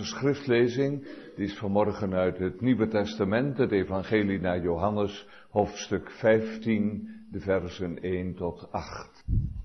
onze schriftlezing, die is vanmorgen uit het Nieuwe Testament, het Evangelie naar Johannes, hoofdstuk 15, de versen 1 tot 8.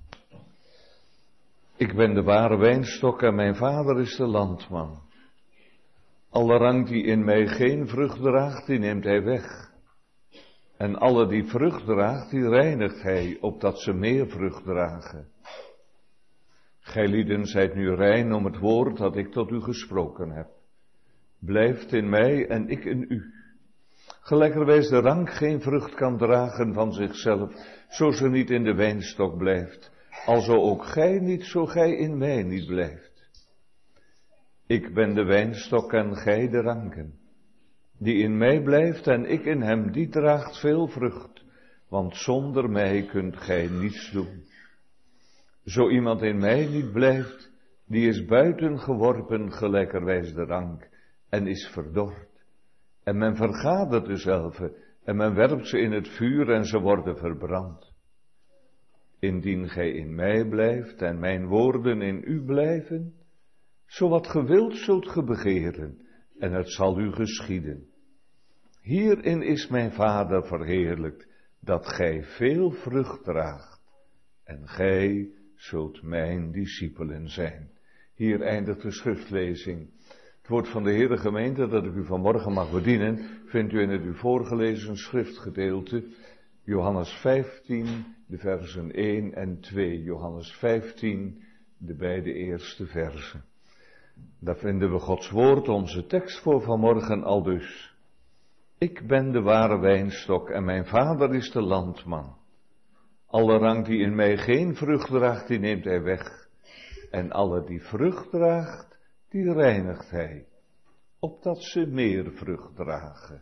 Ik ben de ware wijnstok en mijn vader is de landman. Alle rank die in mij geen vrucht draagt, die neemt hij weg. En alle die vrucht draagt, die reinigt hij, opdat ze meer vrucht dragen. Gijlieden zijt nu rein om het woord dat ik tot u gesproken heb. Blijft in mij en ik in u. Gelijkerwijs de rank geen vrucht kan dragen van zichzelf, zo ze niet in de wijnstok blijft. Alzo ook gij niet, zo gij in mij niet blijft. Ik ben de wijnstok en gij de ranken. Die in mij blijft en ik in hem, die draagt veel vrucht, want zonder mij kunt gij niets doen. Zo iemand in mij niet blijft, die is buiten geworpen gelijkerwijs de rank, en is verdord. En men vergadert dezelve, en men werpt ze in het vuur, en ze worden verbrand. Indien gij in mij blijft, en mijn woorden in u blijven, zo wat ge wilt zult ge begeren, en het zal u geschieden. Hierin is mijn Vader verheerlijkt, dat gij veel vrucht draagt, en gij zult mijn discipelen zijn. Hier eindigt de schriftlezing. Het woord van de Heere gemeente dat ik u vanmorgen mag bedienen, vindt u in het u voorgelezen schriftgedeelte, Johannes 15, de versen 1 en 2. Johannes 15, de beide eerste versen. Daar vinden we Gods woord, onze tekst voor vanmorgen aldus. Ik ben de ware wijnstok en mijn vader is de landman. Alle rank die in mij geen vrucht draagt, die neemt hij weg. En alle die vrucht draagt, die reinigt hij, opdat ze meer vrucht dragen.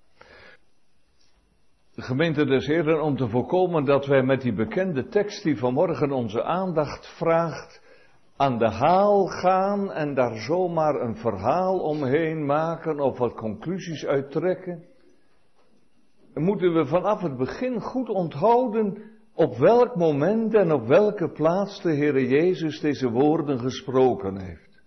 De gemeente des Heeren, om te voorkomen dat wij met die bekende tekst die vanmorgen onze aandacht vraagt, aan de haal gaan en daar zomaar een verhaal omheen maken of wat conclusies uittrekken, moeten we vanaf het begin goed onthouden op welk moment en op welke plaats de Heere Jezus deze woorden gesproken heeft.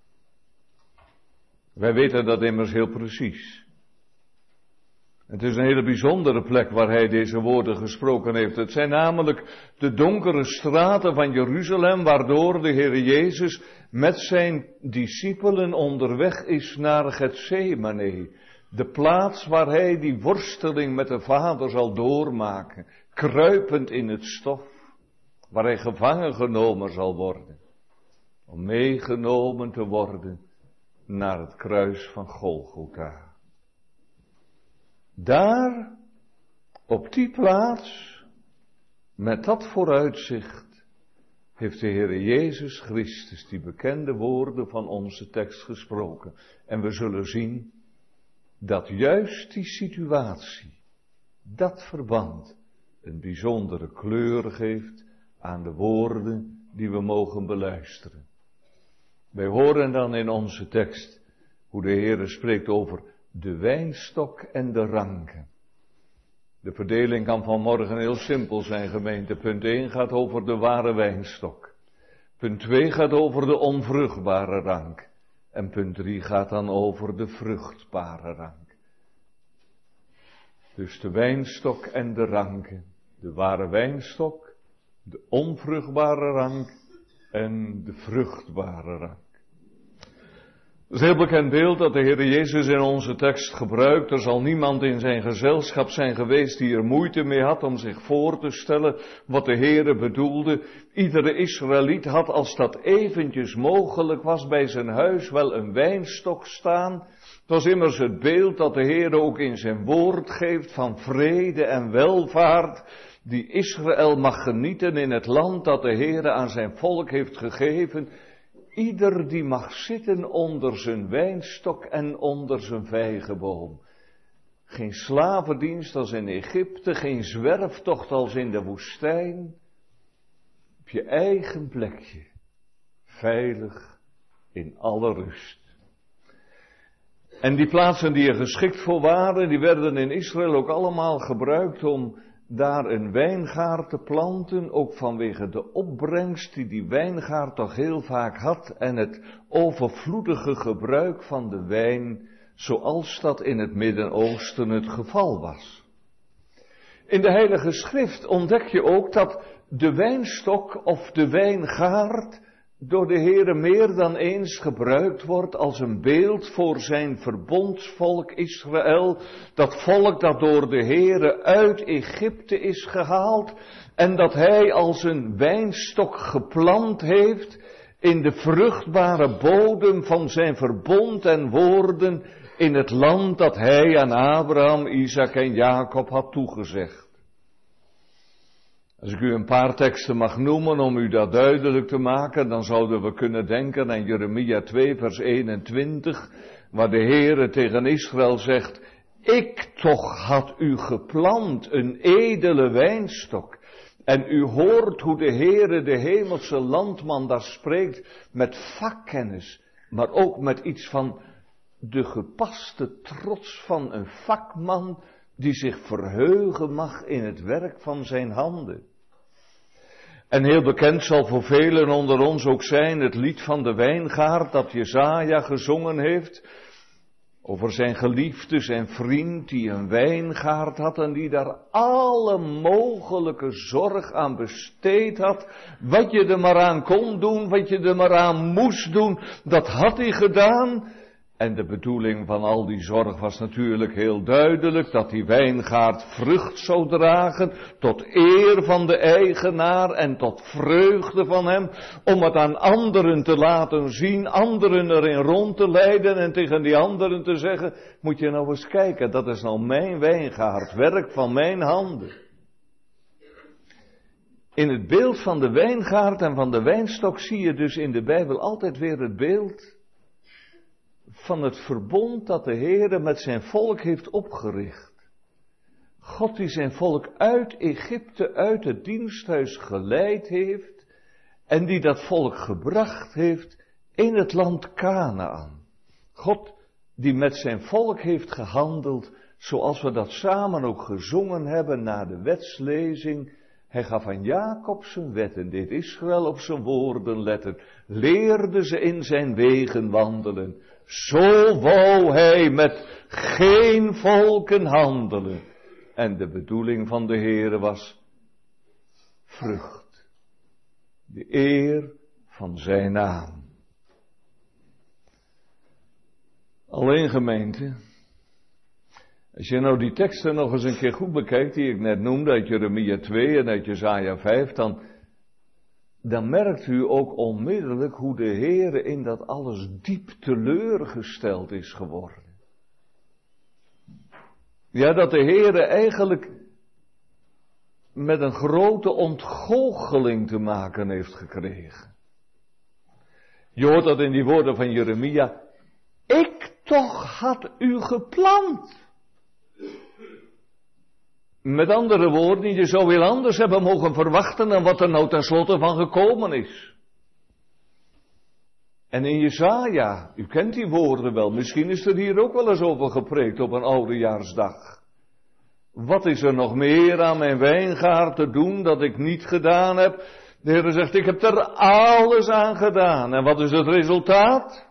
Wij weten dat immers heel precies. Het is een hele bijzondere plek waar hij deze woorden gesproken heeft. Het zijn namelijk de donkere straten van Jeruzalem, waardoor de Heere Jezus met zijn discipelen onderweg is naar Getsemane. De plaats waar hij die worsteling met de Vader zal doormaken, kruipend in het stof, waar hij gevangen genomen zal worden, om meegenomen te worden naar het kruis van Golgotha. Daar, op die plaats, met dat vooruitzicht, heeft de Heere Jezus Christus die bekende woorden van onze tekst gesproken. En we zullen zien dat juist die situatie, dat verband, een bijzondere kleur geeft aan de woorden die we mogen beluisteren. Wij horen dan in onze tekst hoe de Heere spreekt over de wijnstok en de ranken. De verdeling kan vanmorgen heel simpel zijn, gemeente. Punt 1 gaat over de ware wijnstok. Punt 2 gaat over de onvruchtbare rank. En punt 3 gaat dan over de vruchtbare rank. Dus de wijnstok en de ranken. De ware wijnstok, de onvruchtbare rank en de vruchtbare rank. Het is een heel bekend beeld dat de Heer Jezus in onze tekst gebruikt. Er zal niemand in zijn gezelschap zijn geweest die er moeite mee had om zich voor te stellen wat de Heer bedoelde. Iedere Israëliet had, als dat eventjes mogelijk was, bij zijn huis wel een wijnstok staan. Het was immers het beeld dat de Heer ook in zijn woord geeft van vrede en welvaart, die Israël mag genieten in het land dat de Heer aan zijn volk heeft gegeven. Ieder die mag zitten onder zijn wijnstok en onder zijn vijgenboom. Geen slavendienst als in Egypte, geen zwerftocht als in de woestijn. Op je eigen plekje, veilig in alle rust. En die plaatsen die er geschikt voor waren, die werden in Israël ook allemaal gebruikt om daar een wijngaard te planten, ook vanwege de opbrengst die wijngaard toch heel vaak had en het overvloedige gebruik van de wijn, zoals dat in het Midden-Oosten het geval was. In de Heilige Schrift ontdek je ook dat de wijnstok of de wijngaard door de Heere meer dan eens gebruikt wordt als een beeld voor zijn verbondsvolk Israël. Dat volk dat door de Heere uit Egypte is gehaald en dat hij als een wijnstok geplant heeft in de vruchtbare bodem van zijn verbond en woorden in het land dat hij aan Abraham, Isaac en Jacob had toegezegd. Als ik u een paar teksten mag noemen om u dat duidelijk te maken, dan zouden we kunnen denken aan Jeremia 2 vers 21, waar de Heere tegen Israël zegt, ik toch had u geplant, een edele wijnstok. En u hoort hoe de Heere, de hemelse landman, daar spreekt met vakkennis, maar ook met iets van de gepaste trots van een vakman die zich verheugen mag in het werk van zijn handen. En heel bekend zal voor velen onder ons ook zijn het lied van de wijngaard dat Jesaja gezongen heeft over zijn geliefde, zijn vriend die een wijngaard had en die daar alle mogelijke zorg aan besteed had. Wat je er maar aan kon doen, wat je er maar aan moest doen, dat had hij gedaan. En de bedoeling van al die zorg was natuurlijk heel duidelijk, dat die wijngaard vrucht zou dragen, tot eer van de eigenaar en tot vreugde van hem, om het aan anderen te laten zien, anderen erin rond te leiden en tegen die anderen te zeggen, moet je nou eens kijken, dat is nou mijn wijngaard, werk van mijn handen. In het beeld van de wijngaard en van de wijnstok zie je dus in de Bijbel altijd weer het beeld van het verbond dat de Heere met zijn volk heeft opgericht. God die zijn volk uit Egypte, uit het diensthuis geleid heeft en die dat volk gebracht heeft in het land Kanaän. God die met zijn volk heeft gehandeld, zoals we dat samen ook gezongen hebben na de wetslezing. Hij gaf aan Jacob zijn wetten, deed Israël op zijn woorden letten, leerde ze in zijn wegen wandelen. Zo wou hij met geen volken handelen. En de bedoeling van de Heere was vrucht. De eer van zijn naam. Alleen gemeente, als je nou die teksten nog eens een keer goed bekijkt die ik net noemde uit Jeremia 2 en uit Jesaja 5, dan merkt u ook onmiddellijk hoe de Heere in dat alles diep teleurgesteld is geworden. Ja, dat de Heere eigenlijk met een grote ontgoocheling te maken heeft gekregen. Je hoort dat in die woorden van Jeremia. Ik toch had u geplant. Met andere woorden, je zou heel anders hebben mogen verwachten dan wat er nou tenslotte van gekomen is. En in Jesaja, u kent die woorden wel, misschien is er hier ook wel eens over gepreekt op een oudejaarsdag. Wat is er nog meer aan mijn wijngaard te doen dat ik niet gedaan heb? De Heer zegt, ik heb er alles aan gedaan. En wat is het resultaat?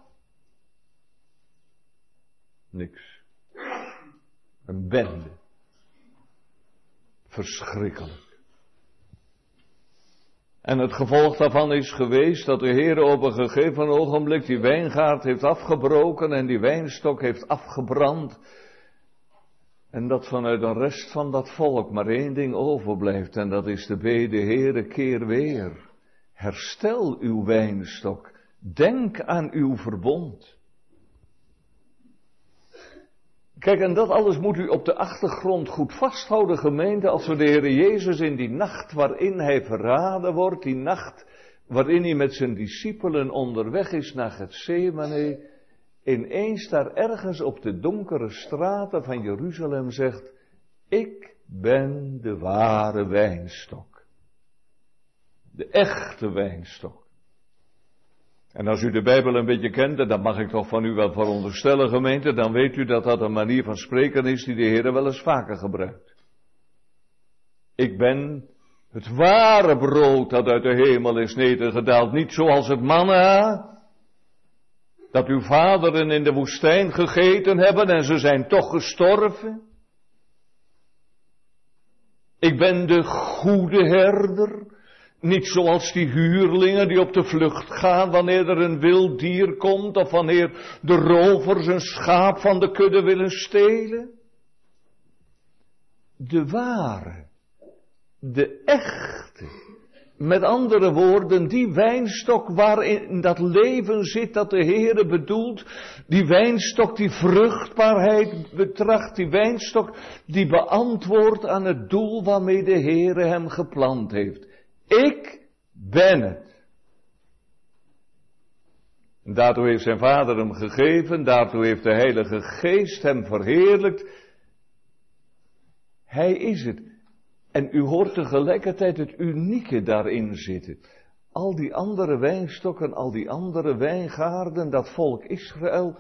Niks. Een bende. Verschrikkelijk. En het gevolg daarvan is geweest dat de Heer op een gegeven ogenblik die wijngaard heeft afgebroken en die wijnstok heeft afgebrand. En dat vanuit de rest van dat volk maar één ding overblijft en dat is de bede, Heere, keer weer. Herstel uw wijnstok. Denk aan uw verbond. Kijk, en dat alles moet u op de achtergrond goed vasthouden, gemeente, als we de Heer Jezus in die nacht waarin hij verraden wordt, die nacht waarin hij met zijn discipelen onderweg is naar Getsemane, ineens daar ergens op de donkere straten van Jeruzalem zegt, ik ben de ware wijnstok. De echte wijnstok. En als u de Bijbel een beetje kent, en dat mag ik toch van u wel veronderstellen, gemeente, dan weet u dat dat een manier van spreken is die de Heer wel eens vaker gebruikt. Ik ben het ware brood dat uit de hemel is nedergedaald, niet zoals het manna, dat uw vaderen in de woestijn gegeten hebben en ze zijn toch gestorven. Ik ben de goede herder, niet zoals die huurlingen die op de vlucht gaan wanneer er een wild dier komt of wanneer de rovers een schaap van de kudde willen stelen. De ware, de echte, met andere woorden, die wijnstok waarin dat leven zit dat de Heere bedoelt, die wijnstok die vruchtbaarheid betracht, die wijnstok die beantwoordt aan het doel waarmee de Heere hem geplant heeft. Ik ben het. En daartoe heeft zijn Vader hem gegeven, daartoe heeft de Heilige Geest hem verheerlijkt. Hij is het. En u hoort tegelijkertijd het unieke daarin zitten. Al die andere wijnstokken, al die andere wijngaarden, dat volk Israël.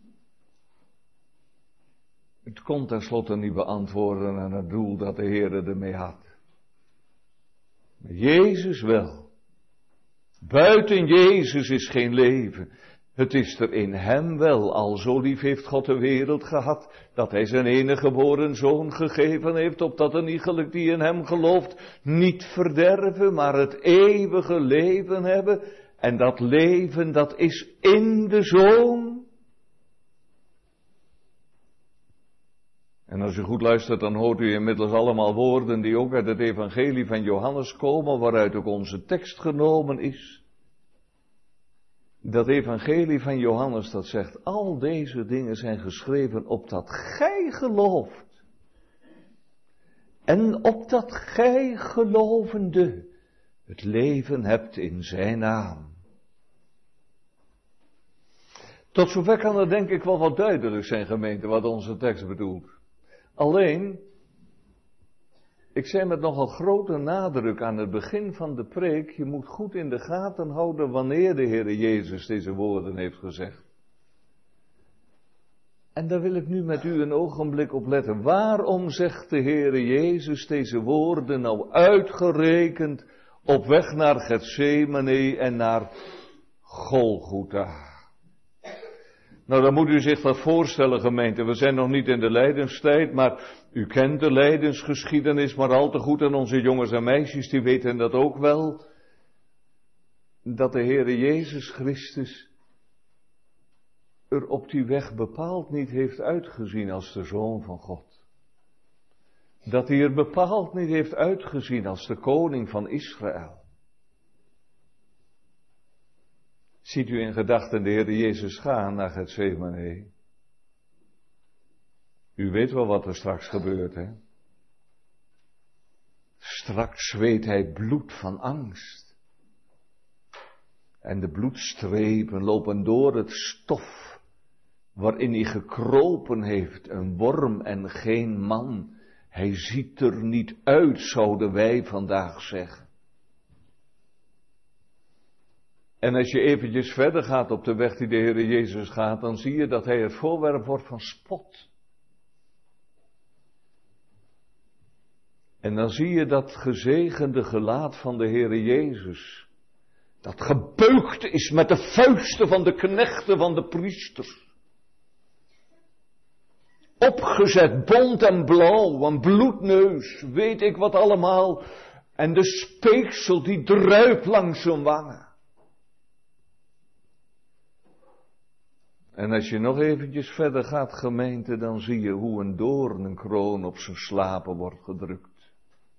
Het kon tenslotte niet beantwoorden aan het doel dat de Heere ermee had. Maar Jezus wel. Buiten Jezus is geen leven. Het is er in hem wel, al zo lief heeft God de wereld gehad, dat hij zijn enige geboren zoon gegeven heeft, opdat een iegelijk die in hem gelooft, niet verderven, maar het eeuwige leven hebben. En dat leven, dat is in de Zoon. En als u goed luistert, dan hoort u inmiddels allemaal woorden die ook uit het evangelie van Johannes komen, waaruit ook onze tekst genomen is. Dat evangelie van Johannes, dat zegt, al deze dingen zijn geschreven opdat gij gelooft. En opdat gij gelovende het leven hebt in zijn naam. Tot zover kan er denk ik wel wat duidelijk zijn, gemeente, wat onze tekst bedoelt. Alleen, ik zei met nogal grote nadruk aan het begin van de preek, je moet goed in de gaten houden wanneer de Heere Jezus deze woorden heeft gezegd. En daar wil ik nu met u een ogenblik op letten. Waarom zegt de Heere Jezus deze woorden nou uitgerekend op weg naar Getsemane en naar Golgotha? Nou, dan moet u zich dat voorstellen, gemeente. We zijn nog niet in de lijdenstijd, maar u kent de lijdensgeschiedenis maar al te goed. En onze jongens en meisjes, die weten dat ook wel. Dat de Heere Jezus Christus er op die weg bepaald niet heeft uitgezien als de Zoon van God. Dat hij er bepaald niet heeft uitgezien als de koning van Israël. Ziet u in gedachten de Heere Jezus gaan naar Getsemane? U weet wel wat er straks gebeurt, hè? Straks zweet hij bloed van angst. En de bloedstrepen lopen door het stof waarin hij gekropen heeft, een worm en geen man. Hij ziet er niet uit, zouden wij vandaag zeggen. En als je eventjes verder gaat op de weg die de Heere Jezus gaat, dan zie je dat hij het voorwerp wordt van spot. En dan zie je dat gezegende gelaat van de Heere Jezus, dat gebeukt is met de vuisten van de knechten van de priesters. Opgezet, bont en blauw, een bloedneus, weet ik wat allemaal, en de speeksel die druipt langs zijn wangen. En als je nog eventjes verder gaat, gemeente, dan zie je hoe een doornenkroon op zijn slapen wordt gedrukt.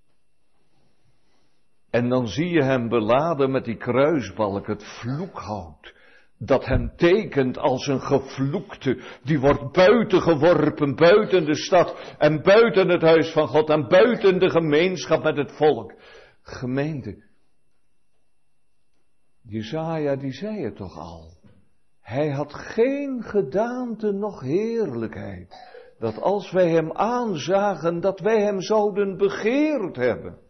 En dan zie je hem beladen met die kruisbalk, het vloekhout, dat hem tekent als een gevloekte, die wordt buiten geworpen, buiten de stad en buiten het huis van God en buiten de gemeenschap met het volk. Gemeente, Jesaja die zei het toch al. Hij had geen gedaante noch heerlijkheid, dat als wij hem aanzagen, dat wij hem zouden begeerd hebben.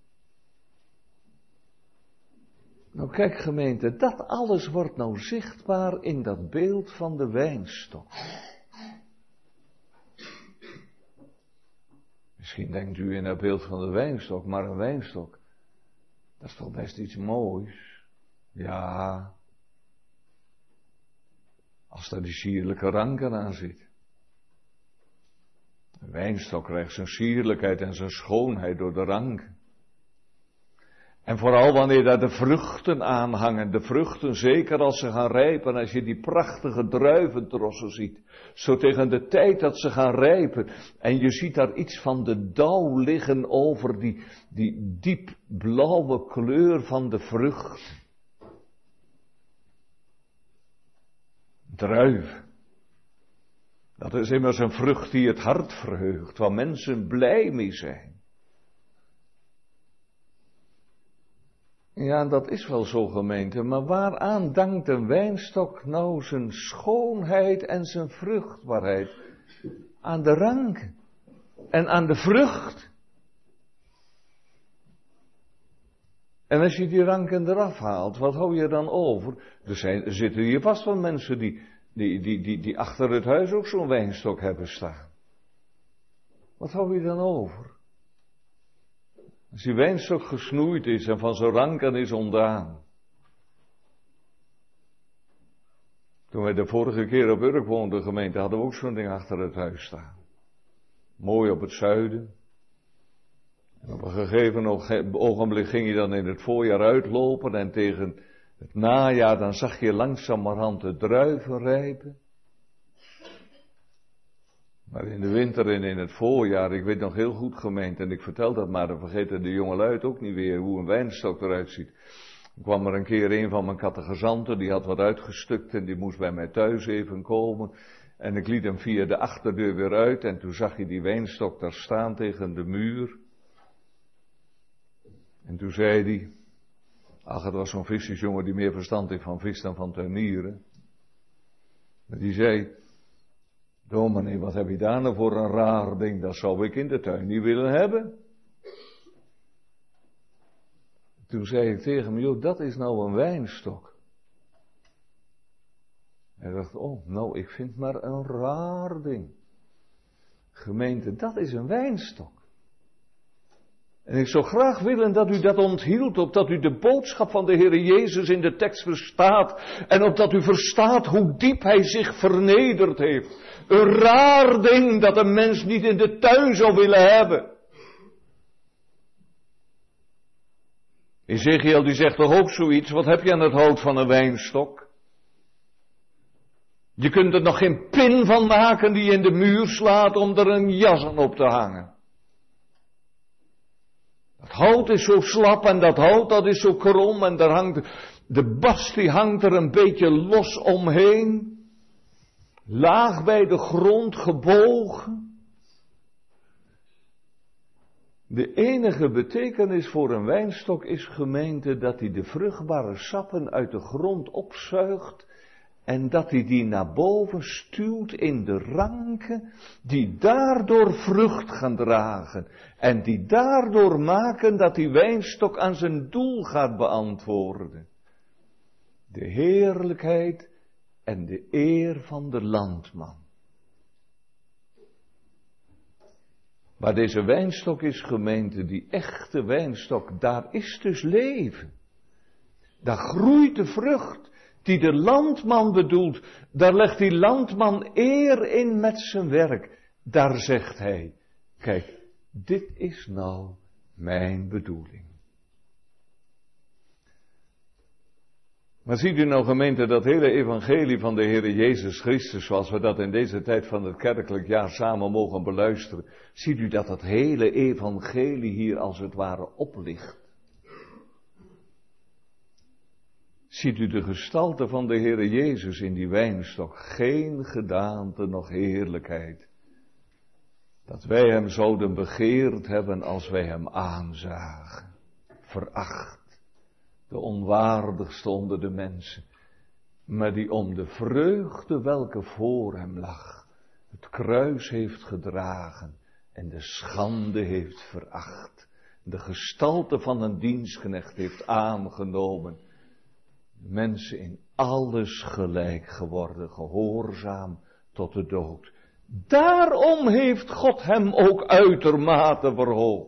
Nou kijk gemeente, dat alles wordt nou zichtbaar in dat beeld van de wijnstok. Misschien denkt u in het beeld van de wijnstok, maar een wijnstok, dat is toch best iets moois? Ja, als daar die sierlijke ranken aan zit. Een wijnstok krijgt zijn sierlijkheid en zijn schoonheid door de ranken. En vooral wanneer daar de vruchten aan hangen, de vruchten zeker als ze gaan rijpen, als je die prachtige druiventrossen ziet, zo tegen de tijd dat ze gaan rijpen, en je ziet daar iets van de dauw liggen over die diep blauwe kleur van de vrucht. Druif, dat is immers een vrucht die het hart verheugt, waar mensen blij mee zijn. Ja, dat is wel zo, gemeente, maar waaraan dankt een wijnstok nou zijn schoonheid en zijn vruchtbaarheid? Aan de ranken en aan de vrucht. En als je die ranken eraf haalt, wat hou je dan over? Er zitten hier vast wel mensen die achter het huis ook zo'n wijnstok hebben staan. Wat hou je dan over? Als die wijnstok gesnoeid is en van zijn ranken is ontdaan. Toen wij de vorige keer op Urk woonden, gemeente, hadden we ook zo'n ding achter het huis staan. Mooi op het zuiden. En op een gegeven ogenblik ging je dan in het voorjaar uitlopen en tegen het najaar dan zag je langzamerhand de druiven rijpen. Maar in de winter en in het voorjaar, ik weet nog heel goed, gemeente, en ik vertel dat maar, dan vergeten de jongelui ook niet weer hoe een wijnstok eruit ziet. Er kwam er een keer een van mijn catechizanten, die had wat uitgestukt en die moest bij mij thuis even komen. En ik liet hem via de achterdeur weer uit en toen zag je die wijnstok daar staan tegen de muur. En toen zei hij, ach, het was zo'n vissersjongen die meer verstand heeft van vis dan van tuinieren. Maar die zei, dominee, wat heb je daar nou voor een raar ding, dat zou ik in de tuin niet willen hebben. Toen zei ik tegen hem, joh, dat is nou een wijnstok. Hij dacht, oh, nou, ik vind maar een raar ding. Gemeente, dat is een wijnstok. En ik zou graag willen dat u dat onthield, opdat u de boodschap van de Heer Jezus in de tekst verstaat. En opdat u verstaat hoe diep Hij zich vernederd heeft. Een raar ding dat een mens niet in de tuin zou willen hebben. Ezechiel die zegt toch ook zoiets, wat heb je aan het hout van een wijnstok? Je kunt er nog geen pin van maken die je in de muur slaat om er een jas aan op te hangen. Dat hout is zo slap en dat hout dat is zo krom en daar hangt, de bast die hangt er een beetje los omheen. Laag bij de grond gebogen. De enige betekenis voor een wijnstok is, gemeente, dat hij de vruchtbare sappen uit de grond opzuigt en dat hij die naar boven stuwt in de ranken die daardoor vrucht gaan dragen en die daardoor maken dat die wijnstok aan zijn doel gaat beantwoorden. De heerlijkheid en de eer van de landman. Maar deze wijnstok is, gemeente, die echte wijnstok, daar is dus leven. Daar groeit de vrucht die de landman bedoelt. Daar legt die landman eer in met zijn werk. Daar zegt hij, kijk, dit is nou mijn bedoeling. Maar ziet u nou, gemeente, dat hele evangelie van de Heer Jezus Christus, zoals we dat in deze tijd van het kerkelijk jaar samen mogen beluisteren, ziet u dat hele evangelie hier als het ware oplicht. Ziet u de gestalte van de Heer Jezus in die wijnstok, geen gedaante, noch heerlijkheid. Dat wij hem zouden begeerd hebben als wij hem aanzagen, veracht. De onwaardigste onder de mensen, maar die om de vreugde welke voor hem lag, het kruis heeft gedragen en de schande heeft veracht, de gestalte van een dienstknecht heeft aangenomen, mensen in alles gelijk geworden, gehoorzaam tot de dood, Daarom heeft God hem ook uitermate verhoogd.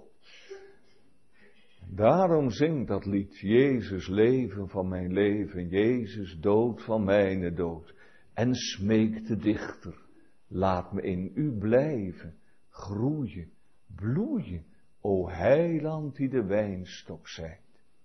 Daarom zingt dat lied, Jezus leven van mijn leven, Jezus dood van mijn dood. En smeekt de dichter, laat me in u blijven, groeien, bloeien, o heiland die de wijnstok zijt.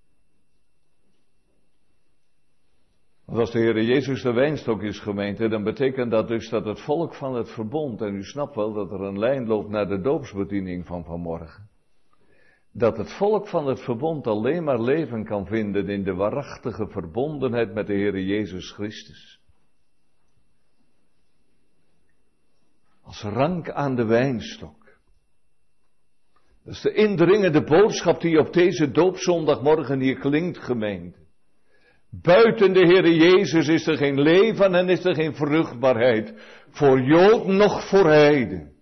Want als de Heere Jezus de wijnstok is, gemeente, dan betekent dat dus dat het volk van het verbond, en u snapt wel dat er een lijn loopt naar de doopsbediening van vanmorgen, dat het volk van het verbond alleen maar leven kan vinden in de waarachtige verbondenheid met de Heere Jezus Christus. Als rank aan de wijnstok. Dat is de indringende boodschap die op deze doopzondagmorgen hier klinkt, gemeente. Buiten de Heere Jezus is er geen leven en is er geen vruchtbaarheid. Voor Jood noch voor heiden.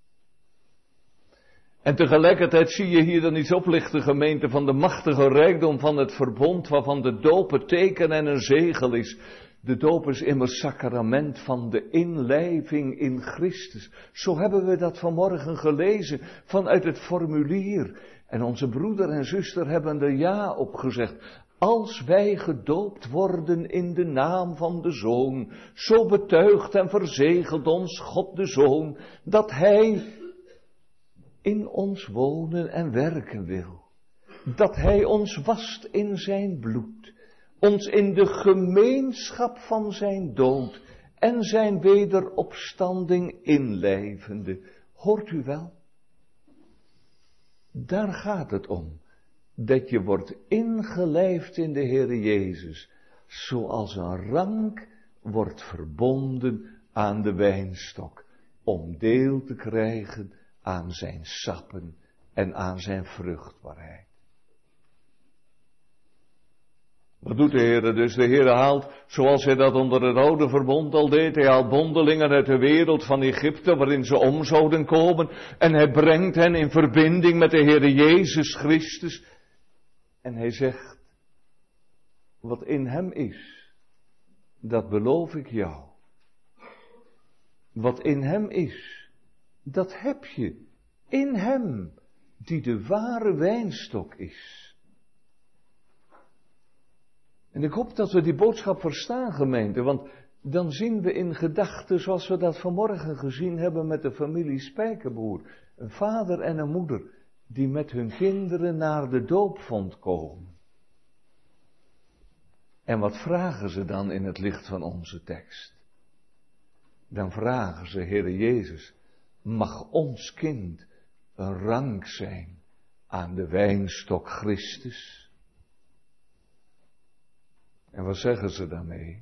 En tegelijkertijd zie je hier dan iets oplichten, gemeente, van de machtige rijkdom van het verbond, waarvan de doop het teken en een zegel is. De doop is immers sacrament van de inlijving in Christus. Zo hebben we dat vanmorgen gelezen vanuit het formulier. En onze broeder en zuster hebben er ja op gezegd. Als wij gedoopt worden in de naam van de Zoon, zo betuigt en verzegelt ons God de Zoon, dat Hij in ons wonen en werken wil. Dat Hij ons wast in zijn bloed, ons in de gemeenschap van zijn dood en zijn wederopstanding inlijvende. Hoort u wel? Daar gaat het om. Dat je wordt ingelijfd in de Heere Jezus, zoals een rank wordt verbonden aan de wijnstok, om deel te krijgen aan zijn sappen en aan zijn vruchtbaarheid. Wat doet de Heere dus? De Heere haalt, zoals hij dat onder het oude verbond al deed, hij haalt bondelingen uit de wereld van Egypte, waarin ze om zouden komen, en hij brengt hen in verbinding met de Heere Jezus Christus. En hij zegt, wat in hem is, dat beloof ik jou. Wat in hem is, dat heb je in hem, die de ware wijnstok is. En ik hoop dat we die boodschap verstaan, gemeente, want dan zien we in gedachten, zoals we dat vanmorgen gezien hebben met de familie Spijkerboer, een vader en een moeder, die met hun kinderen naar de doopvont komen. En wat vragen ze dan in het licht van onze tekst? Dan vragen ze, Heere Jezus, mag ons kind een rank zijn aan de wijnstok Christus? En wat zeggen ze daarmee?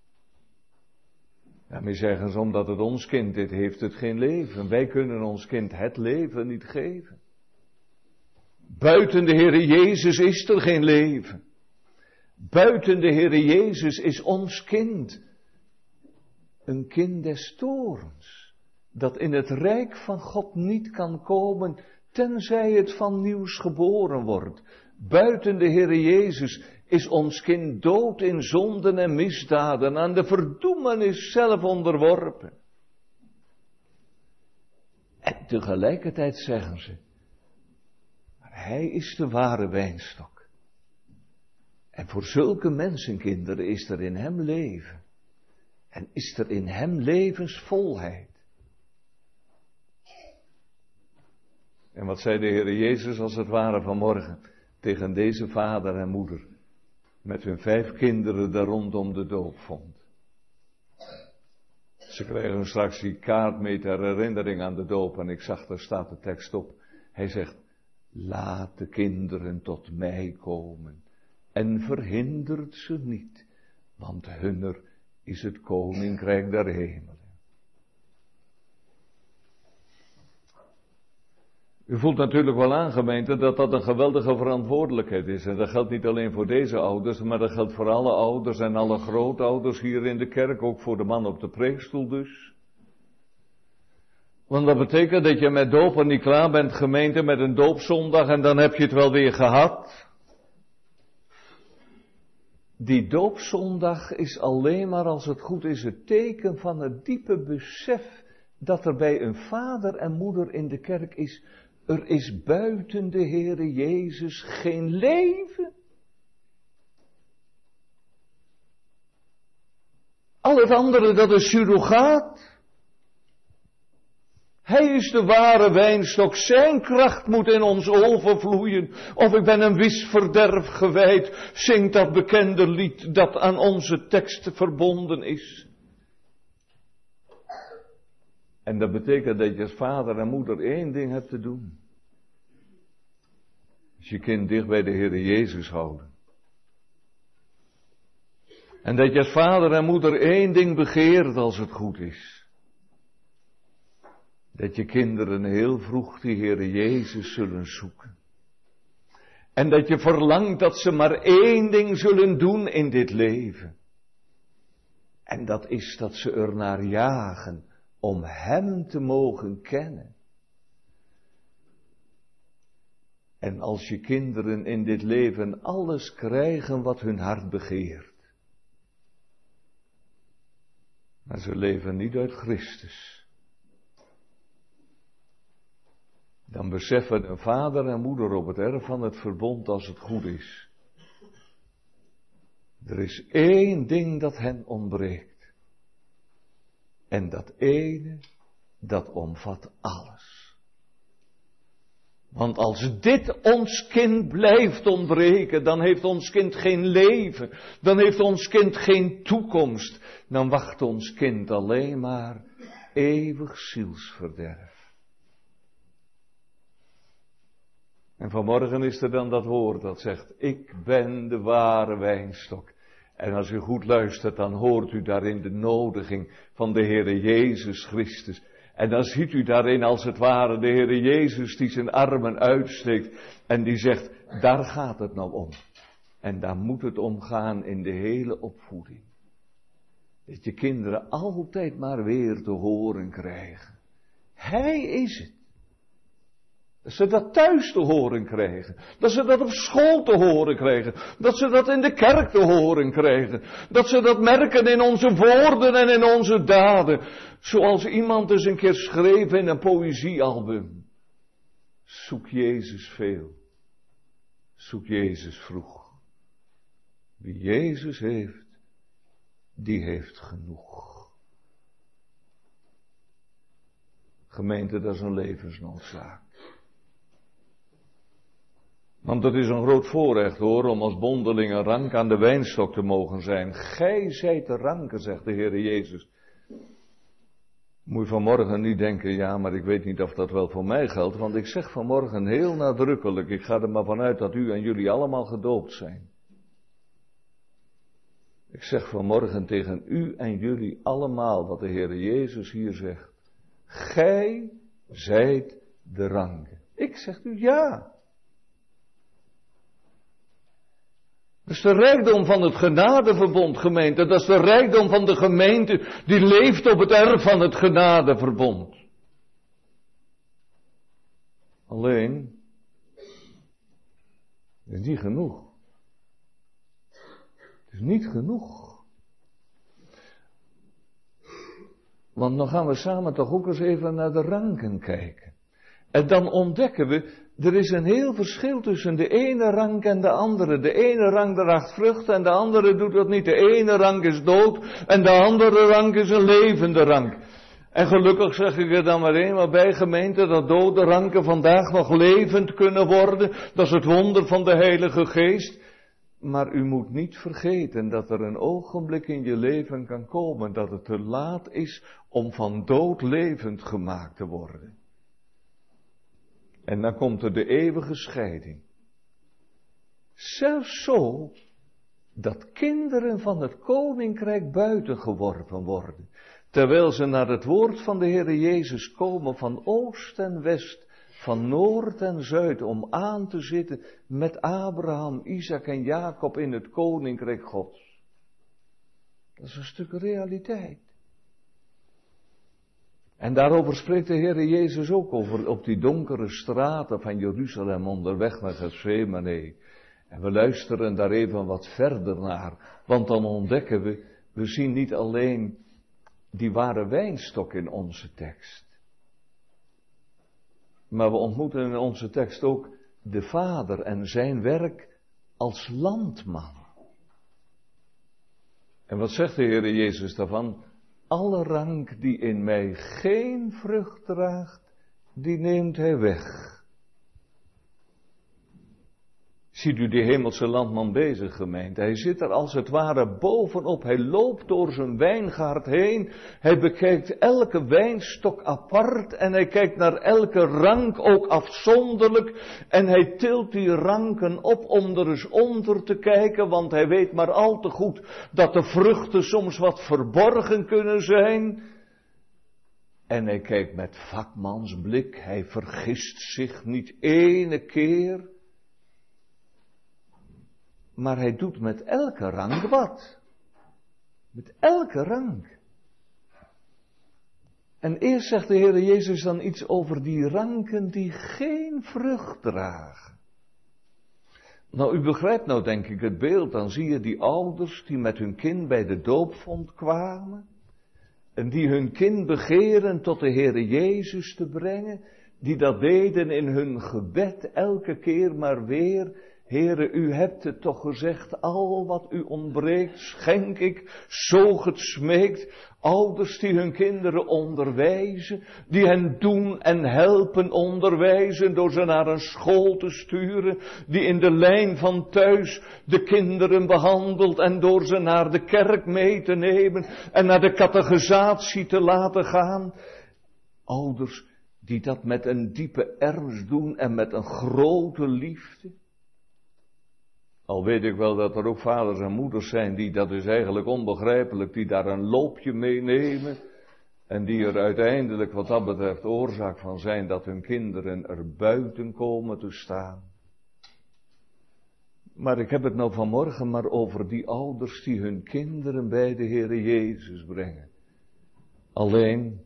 Daarmee zeggen ze, omdat het ons kind dit heeft het geen leven. Wij kunnen ons kind het leven niet geven. Buiten de Heere Jezus is er geen leven. Buiten de Heere Jezus is ons kind een kind des toorns, dat in het rijk van God niet kan komen, tenzij het van nieuws geboren wordt. Buiten de Heere Jezus is ons kind dood in zonden en misdaden, aan de verdoemenis zelf onderworpen. En tegelijkertijd zeggen ze, Hij is de ware wijnstok. En voor zulke mensenkinderen is er in hem leven. En is er in hem levensvolheid. En wat zei de Heere Jezus als het ware vanmorgen tegen deze vader en moeder, met hun 5 kinderen daar rondom de doopvont. Ze kregen straks die kaart mee ter herinnering aan de doop en ik zag, daar staat de tekst op. Hij zegt, laat de kinderen tot mij komen en verhindert ze niet, want hunner is het koninkrijk der hemelen. U voelt natuurlijk wel aan, gemeente, dat dat een geweldige verantwoordelijkheid is. En dat geldt niet alleen voor deze ouders, maar dat geldt voor alle ouders en alle grootouders hier in de kerk, ook voor de man op de preekstoel dus. Want dat betekent dat je met dopen niet klaar bent, gemeente, met een doopzondag en dan heb je het wel weer gehad. Die doopzondag is alleen maar, als het goed is, het teken van het diepe besef dat er bij een vader en moeder in de kerk is, er is buiten de Heere Jezus geen leven. Al het andere, dat is surrogaat. Hij is de ware wijnstok, zijn kracht moet in ons overvloeien. Of ik ben een wis verderf gewijd, zingt dat bekende lied dat aan onze tekst verbonden is. En dat betekent dat je als vader en moeder één ding hebt te doen. Is je kind dicht bij de Heere Jezus houden. En dat je als vader en moeder één ding begeert als het goed is. Dat je kinderen heel vroeg die Heere Jezus zullen zoeken. En dat je verlangt dat ze maar één ding zullen doen in dit leven. En dat is dat ze er naar jagen om Hem te mogen kennen. En als je kinderen in dit leven alles krijgen wat hun hart begeert. Maar ze leven niet uit Christus. Dan beseffen een vader en moeder op het erf van het verbond als het goed is. Er is één ding dat hen ontbreekt. En dat ene, dat omvat alles. Want als dit ons kind blijft ontbreken, dan heeft ons kind geen leven. Dan heeft ons kind geen toekomst. Dan wacht ons kind alleen maar eeuwig zielsverderf. En vanmorgen is er dan dat woord dat zegt, ik ben de ware wijnstok. En als u goed luistert, dan hoort u daarin de nodiging van de Heere Jezus Christus. En dan ziet u daarin als het ware de Heere Jezus die zijn armen uitsteekt en die zegt, daar gaat het nou om. En daar moet het om gaan in de hele opvoeding. Dat je kinderen altijd maar weer te horen krijgen. Hij is het. Dat ze dat thuis te horen krijgen. Dat ze dat op school te horen krijgen. Dat ze dat in de kerk te horen krijgen. Dat ze dat merken in onze woorden en in onze daden. Zoals iemand eens een keer schreef in een poëziealbum. Zoek Jezus veel. Zoek Jezus vroeg. Wie Jezus heeft, die heeft genoeg. Gemeente, dat is een levensnoodzaak. Want het is een groot voorrecht hoor, om als bondeling een rank aan de wijnstok te mogen zijn. Gij zijt de ranken, zegt de Heere Jezus. Moet je vanmorgen niet denken, ja, maar ik weet niet of dat wel voor mij geldt. Want ik zeg vanmorgen heel nadrukkelijk, ik ga er maar vanuit dat u en jullie allemaal gedoopt zijn. Ik zeg vanmorgen tegen u en jullie allemaal wat de Heere Jezus hier zegt. Gij zijt de ranken. Ik zeg u ja. Dat is de rijkdom van het genadeverbond, gemeente. Dat is de rijkdom van de gemeente die leeft op het erf van het genadeverbond. Alleen, het is niet genoeg. Het is niet genoeg. Want dan gaan we samen toch ook eens even naar de ranken kijken. En dan ontdekken we, er is een heel verschil tussen de ene rank en de andere. De ene rank draagt vrucht en de andere doet dat niet. De ene rank is dood en de andere rank is een levende rank. En gelukkig zeg ik er dan maar eenmaal bij, gemeente, dat dode ranken vandaag nog levend kunnen worden. Dat is het wonder van de Heilige Geest. Maar u moet niet vergeten dat er een ogenblik in je leven kan komen dat het te laat is om van dood levend gemaakt te worden. En dan komt er de eeuwige scheiding. Zelfs zo dat kinderen van het koninkrijk buiten geworpen worden. Terwijl ze naar het woord van de Heere Jezus komen van oost en west, van noord en zuid, om aan te zitten met Abraham, Isaac en Jacob in het koninkrijk Gods. Dat is een stuk realiteit. En daarover spreekt de Heere Jezus ook over op die donkere straten van Jeruzalem onderweg naar Gethsemane. En we luisteren daar even wat verder naar, want dan ontdekken we zien niet alleen die ware wijnstok in onze tekst. Maar we ontmoeten in onze tekst ook de Vader en zijn werk als landman. En wat zegt de Heere Jezus daarvan? Alle rank die in mij geen vrucht draagt, die neemt hij weg. Ziet u die hemelse landman bezig, gemeente? Hij zit er als het ware bovenop. Hij loopt door zijn wijngaard heen. Hij bekijkt elke wijnstok apart. En hij kijkt naar elke rank ook afzonderlijk. En hij tilt die ranken op om er eens onder te kijken. Want hij weet maar al te goed dat de vruchten soms wat verborgen kunnen zijn. En hij kijkt met vakmansblik. Hij vergist zich niet ene keer. Maar hij doet met elke rank wat? Met elke rank. En eerst zegt de Heere Jezus dan iets over die ranken die geen vrucht dragen. Nou, u begrijpt nou denk ik het beeld. Dan zie je die ouders die met hun kind bij de doopvont kwamen. En die hun kind begeren tot de Heere Jezus te brengen. Die dat deden in hun gebed elke keer maar weer. Heere, u hebt het toch gezegd, al wat u ontbreekt, schenk ik, zo het smeekt. Ouders die hun kinderen onderwijzen, die hen doen en helpen onderwijzen door ze naar een school te sturen, die in de lijn van thuis de kinderen behandelt en door ze naar de kerk mee te nemen en naar de catechisatie te laten gaan. Ouders die dat met een diepe ernst doen en met een grote liefde. Al weet ik wel dat er ook vaders en moeders zijn die, dat is eigenlijk onbegrijpelijk, die daar een loopje mee nemen. En die er uiteindelijk wat dat betreft oorzaak van zijn dat hun kinderen er buiten komen te staan. Maar ik heb het nou vanmorgen maar over die ouders die hun kinderen bij de Heere Jezus brengen. Alleen,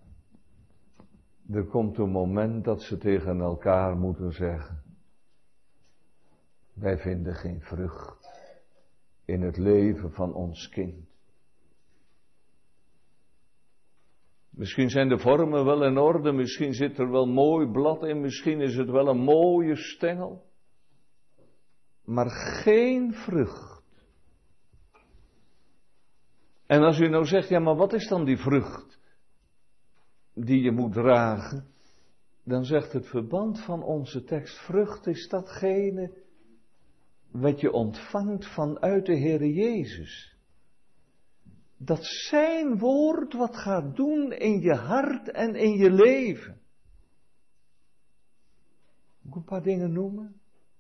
er komt een moment dat ze tegen elkaar moeten zeggen. Wij vinden geen vrucht in het leven van ons kind. Misschien zijn de vormen wel in orde, misschien zit er wel mooi blad in, misschien is het wel een mooie stengel. Maar geen vrucht. En als u nou zegt, ja maar wat is dan die vrucht die je moet dragen? Dan zegt het verband van onze tekst, vrucht is datgene wat je ontvangt vanuit de Heere Jezus. Dat zijn woord wat gaat doen in je hart en in je leven. Moet ik een paar dingen noemen?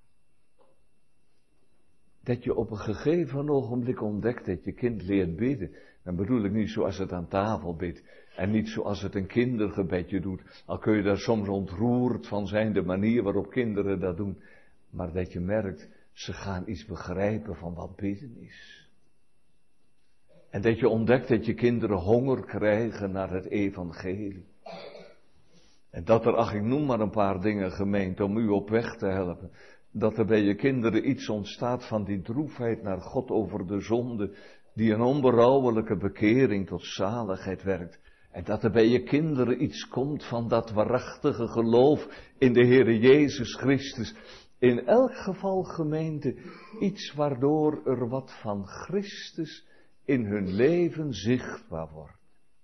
Dat je op een gegeven ogenblik ontdekt dat je kind leert bidden. Dan bedoel ik niet zoals het aan tafel bidt. En niet zoals het een kindergebedje doet. Al kun je daar soms ontroerd van zijn, de manier waarop kinderen dat doen. Maar dat je merkt, ze gaan iets begrijpen van wat bidden is. En dat je ontdekt dat je kinderen honger krijgen naar het evangelie. En dat er, ach ik noem maar een paar dingen gemeente om u op weg te helpen. Dat er bij je kinderen iets ontstaat van die droefheid naar God over de zonde. Die een onberouwelijke bekering tot zaligheid werkt. En dat er bij je kinderen iets komt van dat waarachtige geloof in de Heere Jezus Christus. In elk geval, gemeente, iets waardoor er wat van Christus in hun leven zichtbaar wordt.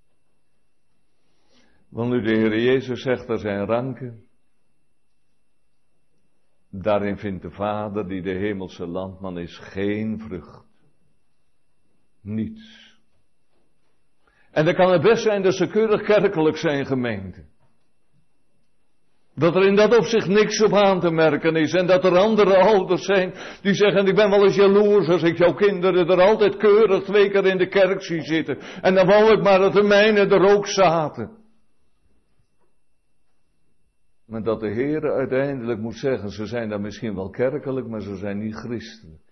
Want nu de Heere Jezus zegt, er zijn ranken. Daarin vindt de Vader, die de hemelse landman is, geen vrucht. Niets. En dan kan het best zijn dat ze keurig kerkelijk zijn, gemeente. Dat er in dat opzicht niks op aan te merken is. En dat er andere ouders zijn die zeggen, ik ben wel eens jaloers als ik jouw kinderen er altijd keurig 2 keer in de kerk zie zitten. En dan wou ik maar dat de mijne er ook zaten. Maar dat de Heere uiteindelijk moet zeggen, ze zijn dan misschien wel kerkelijk, maar ze zijn niet christelijk.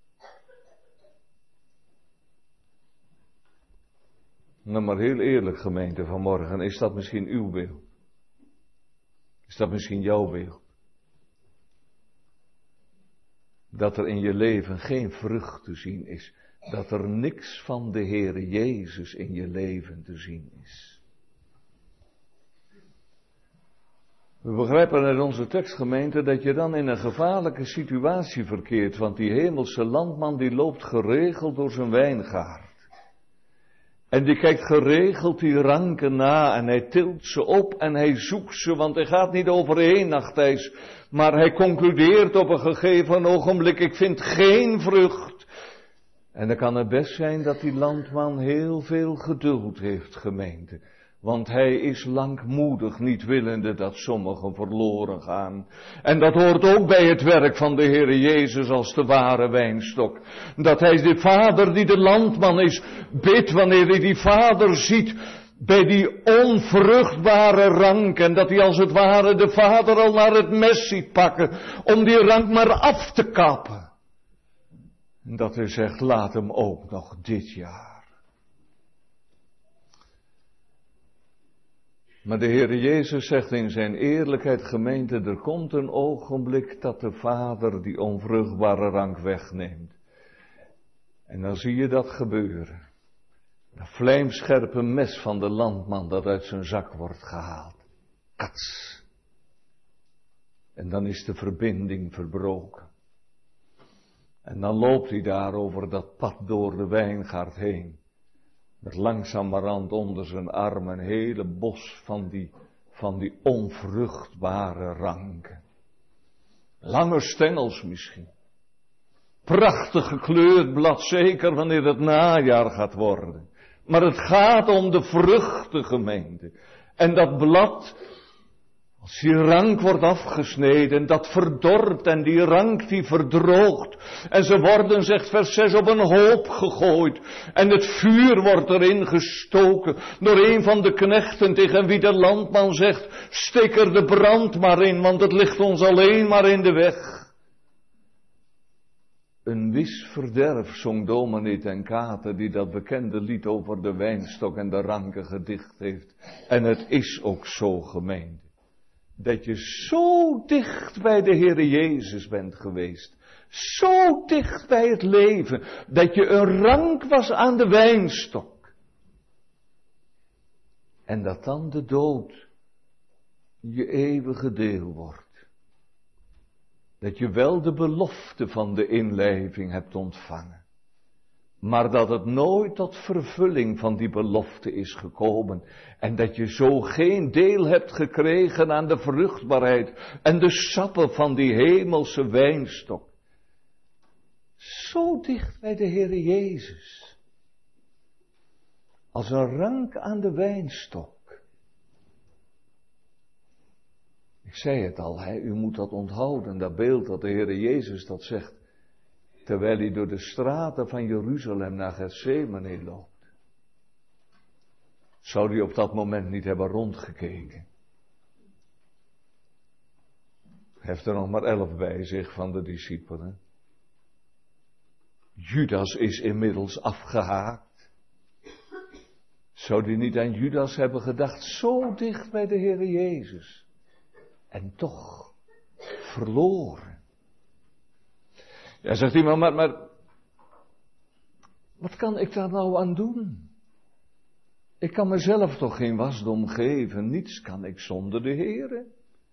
Nou, maar heel eerlijk, gemeente, vanmorgen, is dat misschien uw beeld? Is dat misschien jouw beeld? Dat er in je leven geen vrucht te zien is. dat er niks van de Heere Jezus in je leven te zien is. We begrijpen uit onze tekstgemeente dat je dan in een gevaarlijke situatie verkeert, want die hemelse landman die loopt geregeld door zijn wijngaard. En die kijkt geregeld die ranken na en hij tilt ze op en hij zoekt ze, want hij gaat niet over 1 nacht, Thijs, maar hij concludeert op een gegeven ogenblik, ik vind geen vrucht. En dan kan het best zijn dat die landman heel veel geduld heeft, gemeente. Want hij is langmoedig, niet willende dat sommigen verloren gaan. En dat hoort ook bij het werk van de Heere Jezus als de ware wijnstok. Dat hij de vader die de landman is, bidt wanneer hij die vader ziet bij die onvruchtbare rank. En dat hij als het ware de vader al naar het mes ziet pakken om die rank maar af te kappen. En dat hij zegt, laat hem ook nog dit jaar. Maar de Heere Jezus zegt in zijn eerlijkheid, gemeente, er komt een ogenblik dat de Vader die onvruchtbare rank wegneemt. En dan zie je dat gebeuren. Dat vlijmscherpe mes van de landman dat uit zijn zak wordt gehaald. Kats. En dan is de verbinding verbroken. En dan loopt hij daar over dat pad door de wijngaard heen. Met langzamerhand onder zijn arm een hele bos van die onvruchtbare ranken. Lange stengels misschien. Prachtig gekleurd blad, zeker wanneer het najaar gaat worden. Maar het gaat om de vruchten, gemeente. En dat blad, als die rank wordt afgesneden, dat verdort en die rank die verdroogt. En ze worden, zegt vers 6, op een hoop gegooid. En het vuur wordt erin gestoken door een van de knechten tegen wie de landman zegt, steek er de brand maar in, want het ligt ons alleen maar in de weg. Een wis verderf, zong dominee ten Kate, die dat bekende lied over de wijnstok en de ranken gedicht heeft. En het is ook zo, gemeente. Dat je zo dicht bij de Heere Jezus bent geweest. Zo dicht bij het leven. Dat je een rank was aan de wijnstok. En dat dan de dood je eeuwige deel wordt. Dat je wel de belofte van de inlijving hebt ontvangen. Maar dat het nooit tot vervulling van die belofte is gekomen. En dat je zo geen deel hebt gekregen aan de vruchtbaarheid en de sappen van die hemelse wijnstok. Zo dicht bij de Heere Jezus. Als een rank aan de wijnstok. Ik zei het al, u moet dat onthouden, dat beeld dat de Heere Jezus dat zegt. Terwijl hij door de straten van Jeruzalem naar Gethsemane loopt. Zou hij op dat moment niet hebben rondgekeken? Hij heeft er nog maar 11 bij zich van de discipelen. Judas is inmiddels afgehaakt. Zou hij niet aan Judas hebben gedacht, zo dicht bij de Heere Jezus. En toch verloren. Ja, zegt iemand, maar wat kan ik daar nou aan doen? Ik kan mezelf toch geen wasdom geven, niets kan ik zonder de Heere.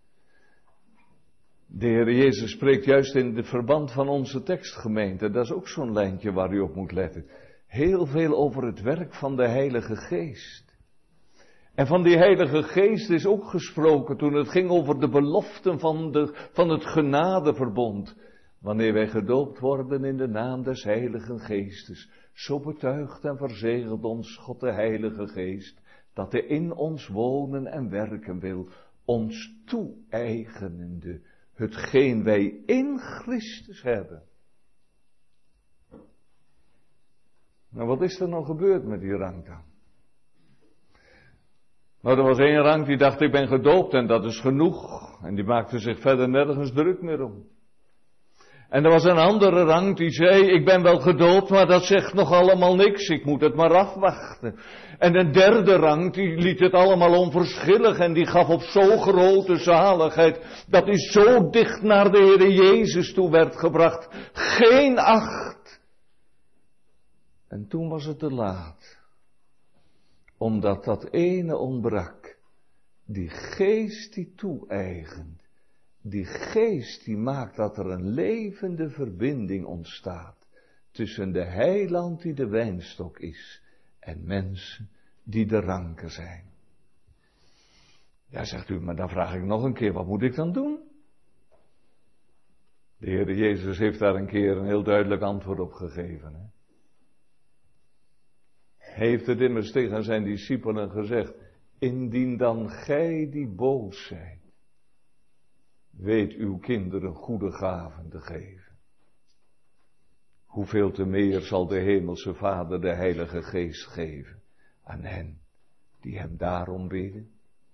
De Heere Jezus spreekt juist in het verband van onze tekstgemeente, dat is ook zo'n lijntje waar u op moet letten. Heel veel over het werk van de Heilige Geest. En van die Heilige Geest is ook gesproken toen het ging over de beloften van het genadeverbond. Wanneer wij gedoopt worden in de naam des Heiligen Geestes, zo betuigt en verzegelt ons God de Heilige Geest, dat hij in ons wonen en werken wil, ons toe-eigenende, hetgeen wij in Christus hebben. Nou, wat is er nou gebeurd met die rank dan? Nou, er was één rank die dacht, ik ben gedoopt en dat is genoeg. En die maakte zich verder nergens druk meer om. En er was een andere rank die zei, ik ben wel gedoopt, maar dat zegt nog allemaal niks, ik moet het maar afwachten. En een derde rank die liet het allemaal onverschillig en die gaf op zo grote zaligheid, dat hij zo dicht naar de Heere Jezus toe werd gebracht, geen acht. En toen was het te laat. Omdat dat ene ontbrak. Die geest die toe-eigent. Die geest die maakt dat er een levende verbinding ontstaat. Tussen de heiland die de wijnstok is. En mensen die de ranken zijn. Ja, zegt u, maar dan vraag ik nog een keer, wat moet ik dan doen? De Heer Jezus heeft daar een keer een heel duidelijk antwoord op gegeven. Hè? Hij heeft het immers tegen zijn discipelen gezegd. Indien dan gij die boos zijt, weet uw kinderen goede gaven te geven. Hoeveel te meer zal de hemelse Vader de Heilige Geest geven aan hen die hem daarom bidden?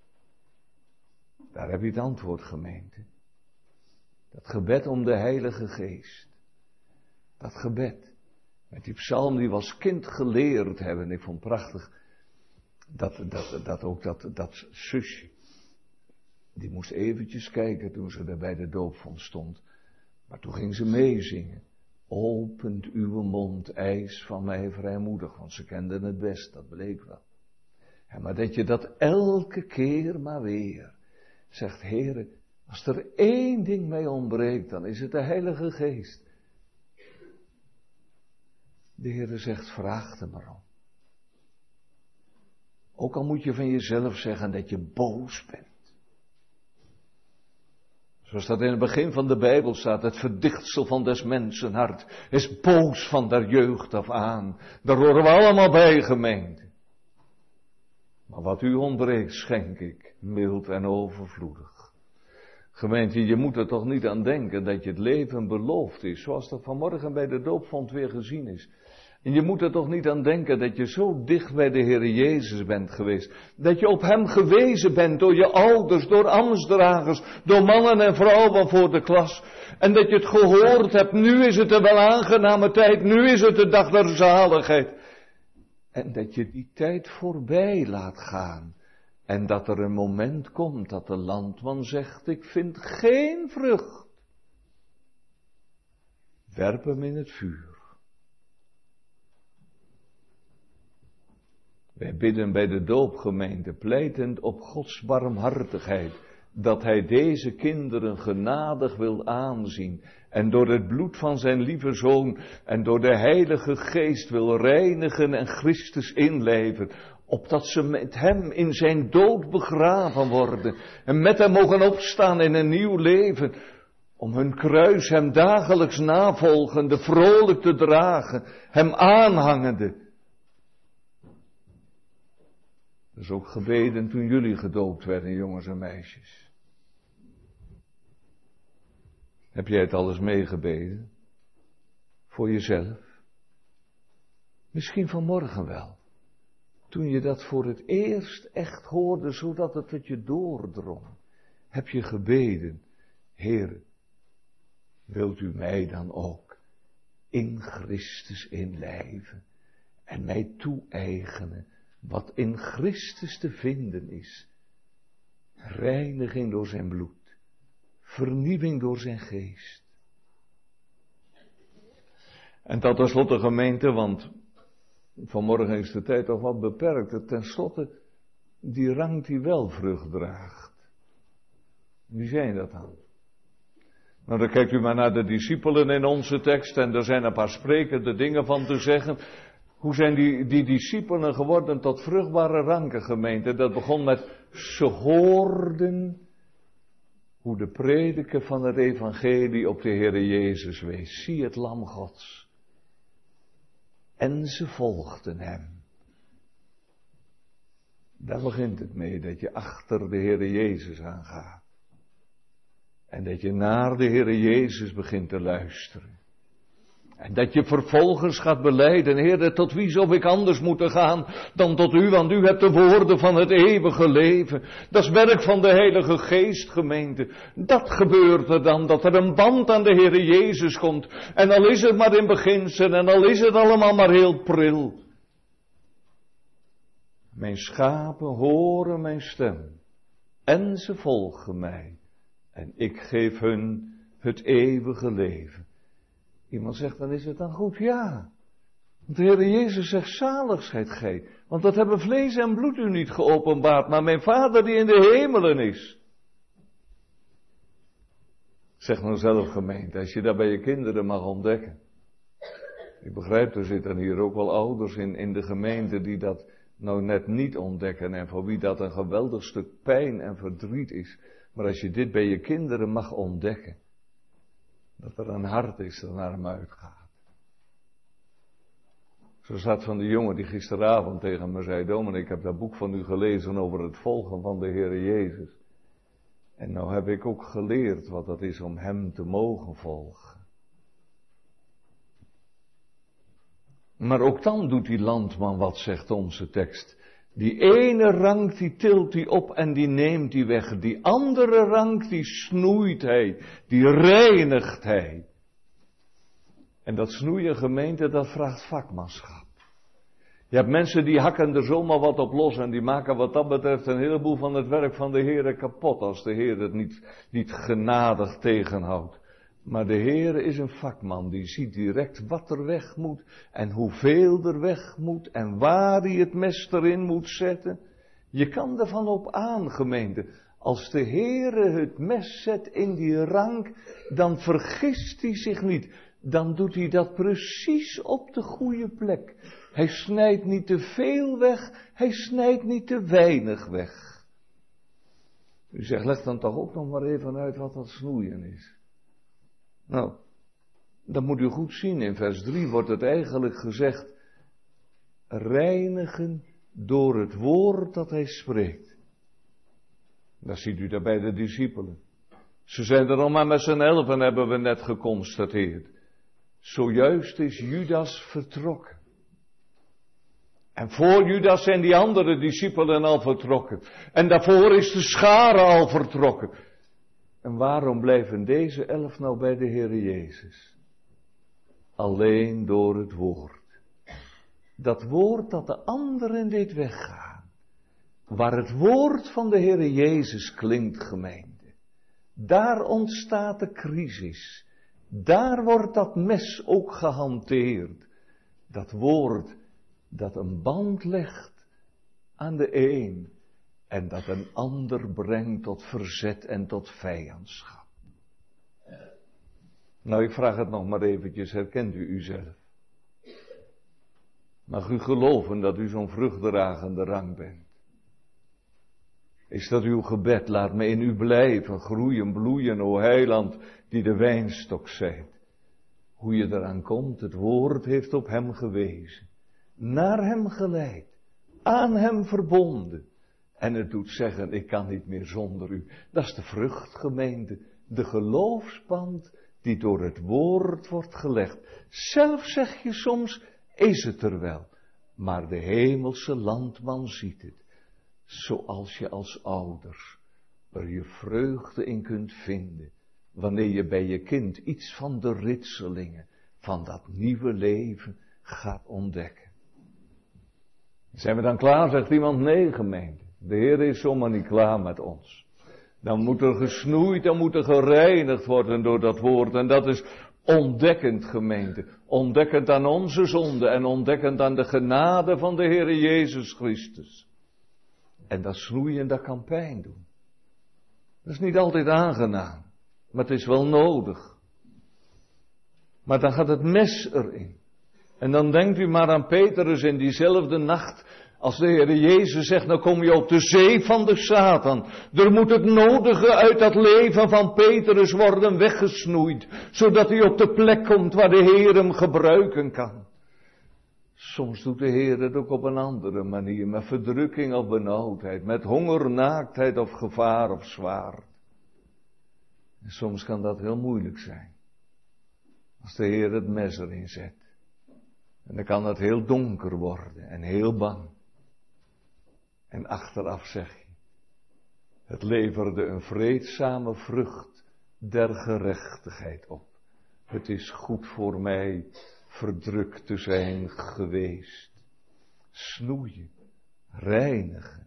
Daar heb je het antwoord, gemeente. Dat gebed om de Heilige Geest. Dat gebed. Met die psalm die we als kind geleerd hebben. Ik vond prachtig dat zusje. Die moest eventjes kijken toen ze er bij de doopvond stond. Maar toen ging ze meezingen. Opent uw mond, eis van mij vrijmoedig. Want ze kenden het best, dat bleek wel. Ja, maar dat je dat elke keer maar weer zegt, Heere, als er één ding mee ontbreekt, dan is het de Heilige Geest. De Heere zegt, vraag er maar om. Ook al moet je van jezelf zeggen dat je boos bent. Zoals dat in het begin van de Bijbel staat, het verdichtsel van des mensen hart is boos van der jeugd af aan. Daar horen we allemaal bij, gemeente. Maar wat u ontbreekt, schenk ik, mild en overvloedig. Gemeente, je moet er toch niet aan denken dat je het leven beloofd is, zoals dat vanmorgen bij de doopvond weer gezien is. En je moet er toch niet aan denken dat je zo dicht bij de Heer Jezus bent geweest. Dat je op Hem gewezen bent door je ouders, door ambtsdragers, door mannen en vrouwen voor de klas. En dat je het gehoord hebt, nu is het een wel aangename tijd, nu is het de dag der zaligheid. En dat je die tijd voorbij laat gaan. En dat er een moment komt dat de landman zegt, ik vind geen vrucht. Werp hem in het vuur. Wij bidden bij de doopgemeente pleitend op Gods barmhartigheid, dat Hij deze kinderen genadig wil aanzien en door het bloed van zijn lieve Zoon en door de Heilige Geest wil reinigen en Christus inleveren, opdat ze met Hem in zijn dood begraven worden en met Hem mogen opstaan in een nieuw leven, om hun kruis Hem dagelijks navolgende, vrolijk te dragen, Hem aanhangende. Dat is ook gebeden toen jullie gedoopt werden, jongens en meisjes. Heb jij het alles meegebeden? Voor jezelf? Misschien vanmorgen wel. Toen je dat voor het eerst echt hoorde, zodat het tot je doordrong. Heb je gebeden, Heer, wilt u mij dan ook in Christus inlijven en mij toe-eigenen wat in Christus te vinden is. Reiniging door zijn bloed. Vernieuwing door zijn geest. En tot tenslotte, gemeente, want vanmorgen is de tijd toch wat beperkt. Ten slotte, die rang die wel vrucht draagt. Wie zijn dat dan? Nou, dan kijkt u maar naar de discipelen in onze tekst en er zijn een paar sprekende dingen van te zeggen. Hoe zijn die discipelen geworden tot vruchtbare ranken, gemeente? Dat begon met, ze hoorden hoe de prediker van het evangelie op de Heere Jezus wees. Zie het lam Gods. En ze volgden Hem. Daar begint het mee, dat je achter de Heere Jezus aangaat. En dat je naar de Heere Jezus begint te luisteren. En dat je vervolgens gaat belijden, Heer, tot wie zou ik anders moeten gaan dan tot u, want u hebt de woorden van het eeuwige leven. Dat is werk van de Heilige Geest, gemeente. Dat gebeurt er dan, dat er een band aan de Heere Jezus komt. En al is het maar in beginsel, en al is het allemaal maar heel pril. Mijn schapen horen mijn stem, en ze volgen mij. En ik geef hun het eeuwige leven. Iemand zegt, dan is het dan goed? Ja. Want de Heere Jezus zegt, zalig zijt gij. Want dat hebben vlees en bloed u niet geopenbaard, maar mijn Vader die in de hemelen is. Zeg nou zelf, gemeente, als je dat bij je kinderen mag ontdekken. Ik begrijp, er zitten hier ook wel ouders in de gemeente die dat nou net niet ontdekken en voor wie dat een geweldig stuk pijn en verdriet is. Maar als je dit bij je kinderen mag ontdekken, dat er een hart is dat naar hem uitgaat. Zo zat van die jongen die gisteravond tegen me zei, dominee, ik heb dat boek van u gelezen over het volgen van de Heere Jezus. En nou heb ik ook geleerd wat dat is om hem te mogen volgen. Maar ook dan doet die landman wat, zegt onze tekst. Die ene rank die tilt hij op en die neemt hij weg. Die andere rank die snoeit hij, die reinigt hij. En dat snoeien, gemeente, dat vraagt vakmanschap. Je hebt mensen die hakken er zomaar wat op los en die maken wat dat betreft een heleboel van het werk van de Heere kapot als de Heer het niet genadig tegenhoudt. Maar de Heere is een vakman, die ziet direct wat er weg moet en hoeveel er weg moet en waar hij het mes erin moet zetten. Je kan ervan op aan, gemeente. Als de Heere het mes zet in die rank, dan vergist hij zich niet. Dan doet hij dat precies op de goede plek. Hij snijdt niet te veel weg, hij snijdt niet te weinig weg. U zegt, leg dan toch ook nog maar even uit wat dat snoeien is. Nou, dat moet u goed zien. In vers 3 wordt het eigenlijk gezegd, reinigen door het woord dat hij spreekt. Dat ziet u daar bij de discipelen. Ze zijn er nog maar met z'n 11, hebben we net geconstateerd. Zojuist is Judas vertrokken. En voor Judas zijn die andere discipelen al vertrokken. En daarvoor is de schare al vertrokken. En waarom blijven deze 11 nou bij de Heere Jezus? Alleen door het woord. Dat woord dat de anderen deed weggaan. Waar het woord van de Heere Jezus klinkt, gemeente. Daar ontstaat de crisis. Daar wordt dat mes ook gehanteerd. Dat woord dat een band legt aan de een en dat een ander brengt tot verzet en tot vijandschap. Nou, ik vraag het nog maar eventjes, herkent u uzelf? Mag u geloven dat u zo'n vruchtdragende rank bent? Is dat uw gebed? Laat me in u blijven, groeien, bloeien, o heiland, die de wijnstok zijt. Hoe je eraan komt, het woord heeft op hem gewezen. Naar hem geleid, aan hem verbonden. En het doet zeggen, ik kan niet meer zonder u. Dat is de vrucht, gemeente, de geloofsband die door het woord wordt gelegd. Zelf zeg je soms, is het er wel. Maar de hemelse landman ziet het. Zoals je als ouders er je vreugde in kunt vinden. Wanneer je bij je kind iets van de ritselingen van dat nieuwe leven gaat ontdekken. Zijn we dan klaar, zegt iemand? Nee, gemeente. De Heer is zomaar niet klaar met ons. Dan moet er gesnoeid, dan moet er gereinigd worden door dat woord. En dat is ontdekkend, gemeente. Ontdekkend aan onze zonde en ontdekkend aan de genade van de Heer Jezus Christus. En dat snoeien, dat kan pijn doen. Dat is niet altijd aangenaam, maar het is wel nodig. Maar dan gaat het mes erin. En dan denkt u maar aan Petrus in diezelfde nacht, als de Heer Jezus zegt, nou kom je op de zee van de Satan. Er moet het nodige uit dat leven van Petrus worden weggesnoeid, zodat hij op de plek komt waar de Heer hem gebruiken kan. Soms doet de Heer het ook op een andere manier, met verdrukking of benauwdheid, met honger, naaktheid of gevaar of zwaard. En soms kan dat heel moeilijk zijn, als de Heer het mes erin zet. En dan kan het heel donker worden en heel bang. En achteraf zeg je, het leverde een vreedzame vrucht der gerechtigheid op. Het is goed voor mij verdrukt te zijn geweest. Snoeien, reinigen.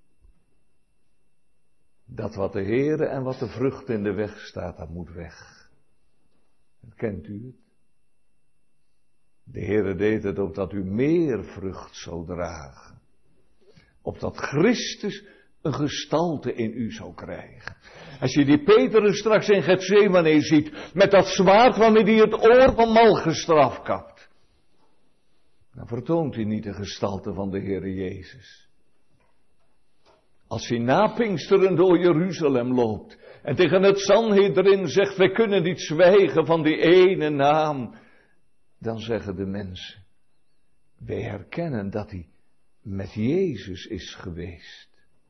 Dat wat de Heere en wat de vrucht in de weg staat, dat moet weg. Kent u het? De Heere deed het opdat u meer vrucht zou dragen. Opdat Christus een gestalte in u zou krijgen. Als je die Petrus straks in Getsemane ziet, met dat zwaard waarmee hij het oor van Malchus afkapt, dan vertoont hij niet de gestalte van de Heere Jezus. Als hij na Pinksteren door Jeruzalem loopt en tegen het Sanhedrin zegt, wij kunnen niet zwijgen van die ene naam, dan zeggen de mensen, wij herkennen dat hij met Jezus is geweest.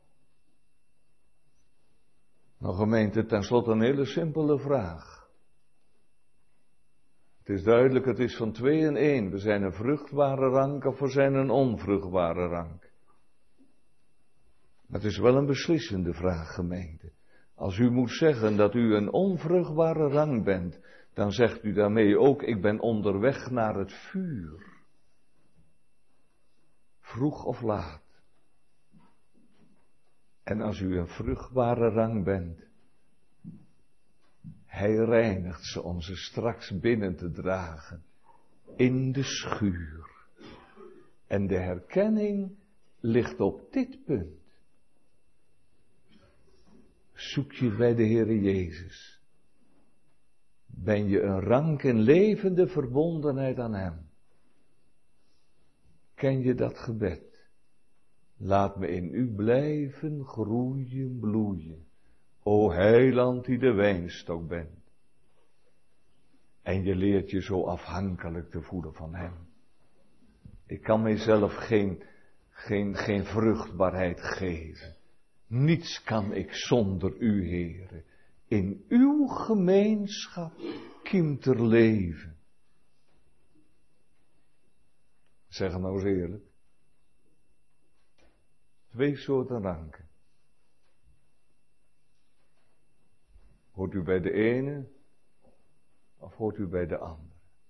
Nou gemeente, tenslotte een hele simpele vraag. Het is duidelijk, het is van 2 in 1. We zijn een vruchtbare rank of we zijn een onvruchtbare rank. Maar het is wel een beslissende vraag, gemeente. Als u moet zeggen dat u een onvruchtbare rank bent, dan zegt u daarmee ook, ik ben onderweg naar het vuur. Vroeg of laat. En als u een vruchtbare rank bent, hij reinigt ze om ze straks binnen te dragen in de schuur. En de herkenning ligt op dit punt. Zoek je bij de Heere Jezus. Ben je een rank in levende verbondenheid aan Hem? Ken je dat gebed? Laat me in u blijven groeien, bloeien. O heiland die de wijnstok bent. En je leert je zo afhankelijk te voelen van Hem. Ik kan mijzelf geen vruchtbaarheid geven. Niets kan ik zonder u, Heere. In uw gemeenschap kiemt er leven. Zeg het nou eens eerlijk. 2 soorten ranken. Hoort u bij de ene of hoort u bij de andere?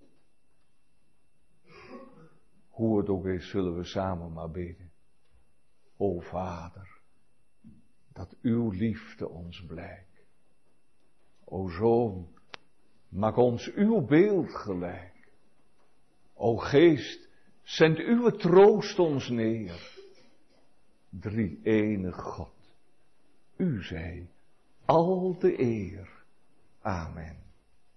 Hoe het ook is, zullen we samen maar bidden. O Vader, dat uw liefde ons blijkt. O Zoon, maak ons uw beeld gelijk. O Geest, zend uw troost ons neer. Drie-enige God, u zij al de eer. Amen.